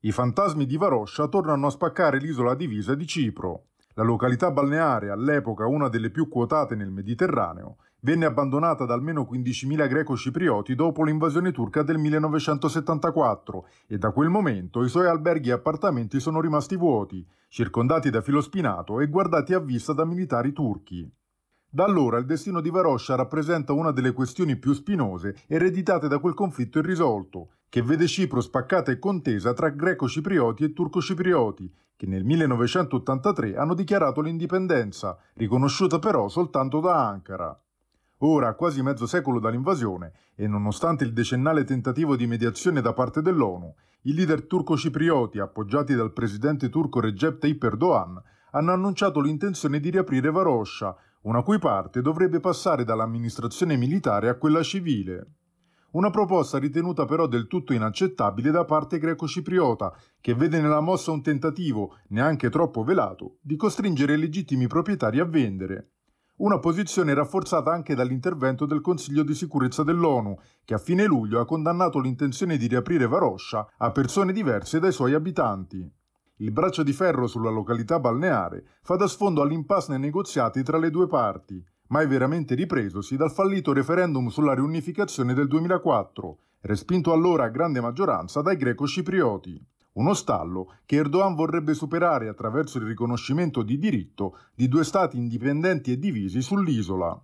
I fantasmi di Varosha tornano a spaccare l'isola divisa di Cipro. La località balneare, all'epoca una delle più quotate nel Mediterraneo, venne abbandonata da almeno 15.000 greco-ciprioti dopo l'invasione turca del 1974 e da quel momento i suoi alberghi e appartamenti sono rimasti vuoti, circondati da filo spinato e guardati a vista da militari turchi. Da allora il destino di Varosha rappresenta una delle questioni più spinose ereditate da quel conflitto irrisolto, che vede Cipro spaccata e contesa tra greco-ciprioti e turco-ciprioti, che nel 1983 hanno dichiarato l'indipendenza, riconosciuta però soltanto da Ankara. Ora, a quasi mezzo secolo dall'invasione, e nonostante il decennale tentativo di mediazione da parte dell'ONU, i leader turco-ciprioti, appoggiati dal presidente turco Recep Tayyip Erdogan, hanno annunciato l'intenzione di riaprire Varosha, una cui parte dovrebbe passare dall'amministrazione militare a quella civile. Una proposta ritenuta però del tutto inaccettabile da parte greco-cipriota, che vede nella mossa un tentativo, neanche troppo velato, di costringere i legittimi proprietari a vendere. Una posizione rafforzata anche dall'intervento del Consiglio di sicurezza dell'ONU, che a fine luglio ha condannato l'intenzione di riaprire Varosha a persone diverse dai suoi abitanti. Il braccio di ferro sulla località balneare fa da sfondo all'impasse nei negoziati tra le due parti, mai veramente ripresosi dal fallito referendum sulla riunificazione del 2004, respinto allora a grande maggioranza dai greco-ciprioti. Uno stallo che Erdogan vorrebbe superare attraverso il riconoscimento di diritto di due stati indipendenti e divisi sull'isola.